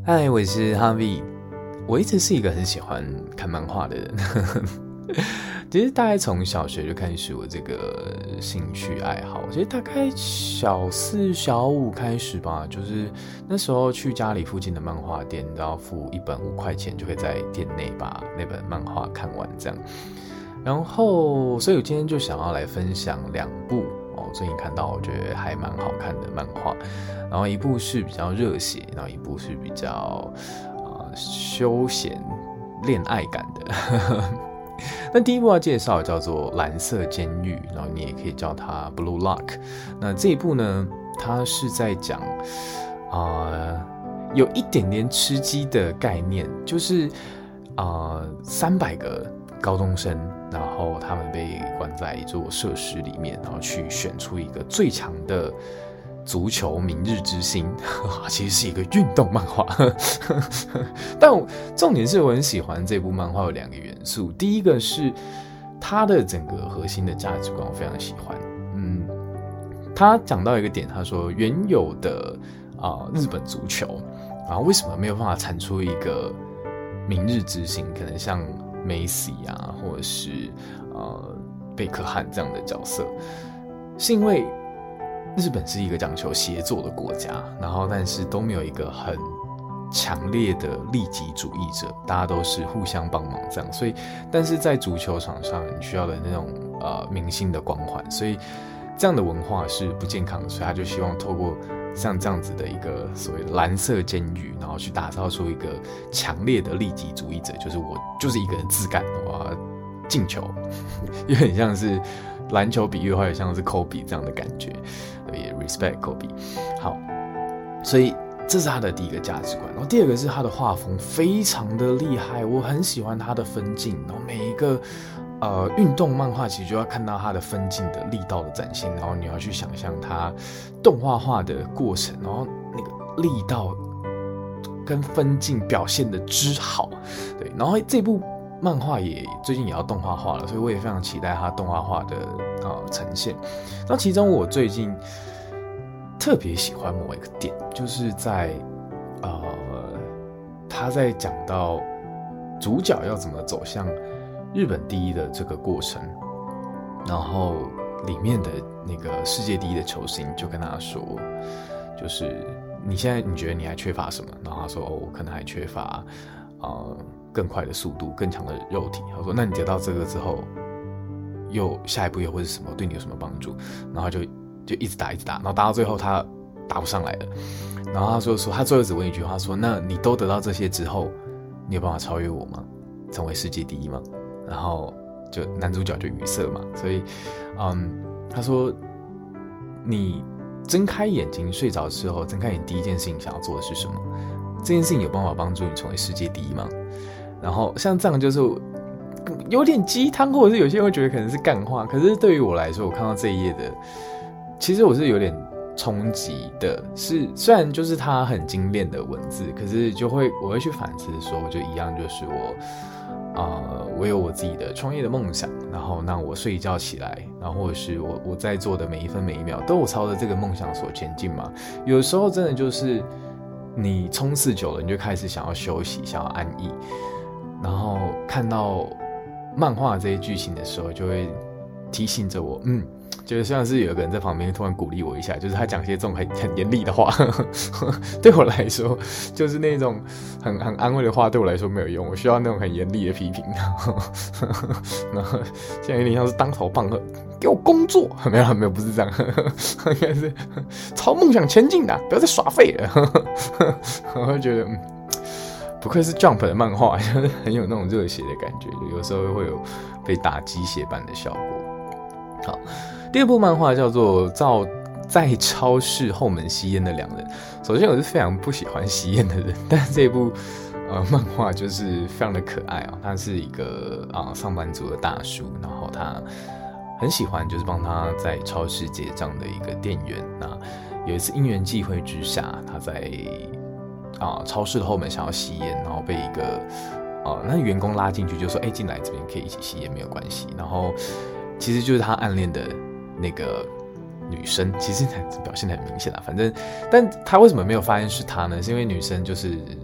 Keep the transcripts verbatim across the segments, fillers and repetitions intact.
嗨，我是哈维。我一直是一个很喜欢看漫画的人，其实大概从小学就开始我这个兴趣爱好。其实大概小四、小五开始吧，就是那时候去家里附近的漫画店，然后付一本五块钱就可以在店内把那本漫画看完这样。然后，所以我今天就想要来分享两部哦，最近看到我觉得还蛮好看的漫画。然后一部是比较热血，然后一部是比较、呃、休闲恋爱感的。那第一部要介绍叫做《蓝色监狱》，然后你也可以叫它 Blue Lock。那这一部呢，它是在讲啊、呃，有一点点吃鸡的概念，就是啊，三百个高中生，然后他们被关在一座设施里面，然后去选出一个最强的足球明日之星，其实是一个运动漫画。但我重点是我很喜欢这部漫画有两个元素，第一个是它的整个核心的价值观我非常喜欢。嗯，他讲到一个点，他说原有的、呃、日本足球，然后为什么没有办法产出一个明日之星，可能像梅西啊，或者是呃贝克汉这样的角色，是因为日本是一个讲求协作的国家，然后但是都没有一个很强烈的利己主义者，大家都是互相帮忙这样，所以但是在足球场上你需要的那种呃明星的光环，所以这样的文化是不健康的，所以他就希望透过像这样子的一个所谓蓝色监狱，然后去打造出一个强烈的利己主义者，就是我就是一个人自干，我要进球，有点像是篮球比喻的话，也像是科比这样的感觉，也 respect 科比。好，所以这是他的第一个价值观。然后第二个是他的画风非常的厉害，我很喜欢他的分镜，然后每一个呃运动漫画其实就要看到他的分镜的力道的展现，然后你要去想象他动画化的过程，然后那个力道跟分镜表现的之好，对，然后这部漫画也最近也要动画化了，所以我也非常期待它动画化的、呃、呈现。那其中我最近特别喜欢某一个点，就是在呃他在讲到主角要怎么走向日本第一的这个过程，然后里面的那个世界第一的球星就跟他说，就是你现在你觉得你还缺乏什么？然后他说、哦、我可能还缺乏呃更快的速度，更强的肉体。他说那你得到这个之后又下一步又会是什么，对你有什么帮助？然后就就一直打一直打，然后打到最后他打不上来了，然后他就说他最后只问一句话说，那你都得到这些之后你有办法超越我吗？成为世界第一吗？然后就男主角就语塞嘛，所以嗯他说你睁开眼睛睡着之后，睁开眼第一件事情想要做的是什么？这件事情有办法帮助你成为世界第一吗？然后像这样就是有点鸡汤，或者是有些人会觉得可能是干话，可是对于我来说，我看到这一页的，其实我是有点冲击的。是虽然就是它很精炼的文字，可是就会我会去反思说，就一样就是我。呃，我有我自己的创业的梦想，然后让我睡一觉起来，然后或者是我我在做的每一分每一秒都有朝着这个梦想所前进嘛。有时候真的就是你冲刺久了，你就开始想要休息，想要安逸，然后看到漫画这些剧情的时候，就会提醒着我，嗯。就是像是有个人在旁边突然鼓励我一下，就是他讲些这种很很严厉的话，呵呵对我来说就是那种很很安慰的话，对我来说没有用，我需要那种很严厉的批评。然后现在有点像是当头棒喝，给我工作，没有没有不是这样，应该是朝梦想前进的，不要再耍废了。我会觉得，嗯，不愧是 Jump 的漫画，就是很有那种热血的感觉，有时候会有被打鸡血般的效果。好。第二部漫画叫做《在超市后门吸烟的两人》。首先，我是非常不喜欢吸烟的人，但是这一部呃漫画就是非常的可爱啊、哦。他是一个啊、呃、上班族的大叔，然后他很喜欢就是帮他在超市结账的一个店员。那有一次因缘际会之下，他在啊、呃、超市的后门想要吸烟，然后被一个呃那员工拉进去，就说：“哎，进来这边可以一起吸烟，没有关系。”然后其实就是他暗恋的那个女生，其实表现得很明显啦。反正，但他为什么没有发现是他呢？是因为女生就是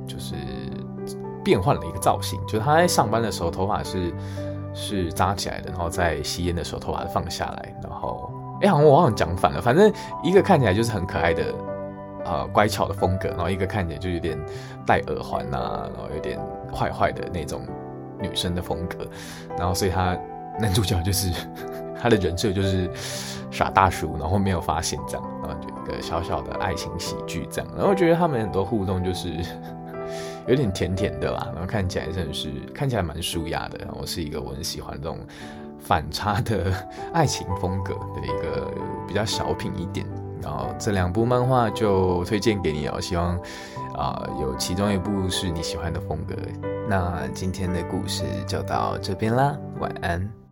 就是变换了一个造型，就是他在上班的时候头发是是扎起来的，然后在吸烟的时候头发放下来，然后哎，好像我好像讲反了，反正一个看起来就是很可爱的呃乖巧的风格，然后一个看起来就有点戴耳环啊，然后有点坏坏的那种女生的风格，然后所以他男主角就是他的人设就是傻大叔，然后没有发现这样，然后就一个小小的爱情喜剧这样，然后我觉得他们很多互动就是有点甜甜的啦，然后看起来真的是看起来蛮舒压的，然后是一个我很喜欢这种反差的爱情风格的一个比较小品一点，然后这两部漫画就推荐给你哦，希望啊、呃、有其中一部是你喜欢的风格。那今天的故事就到这边啦，晚安。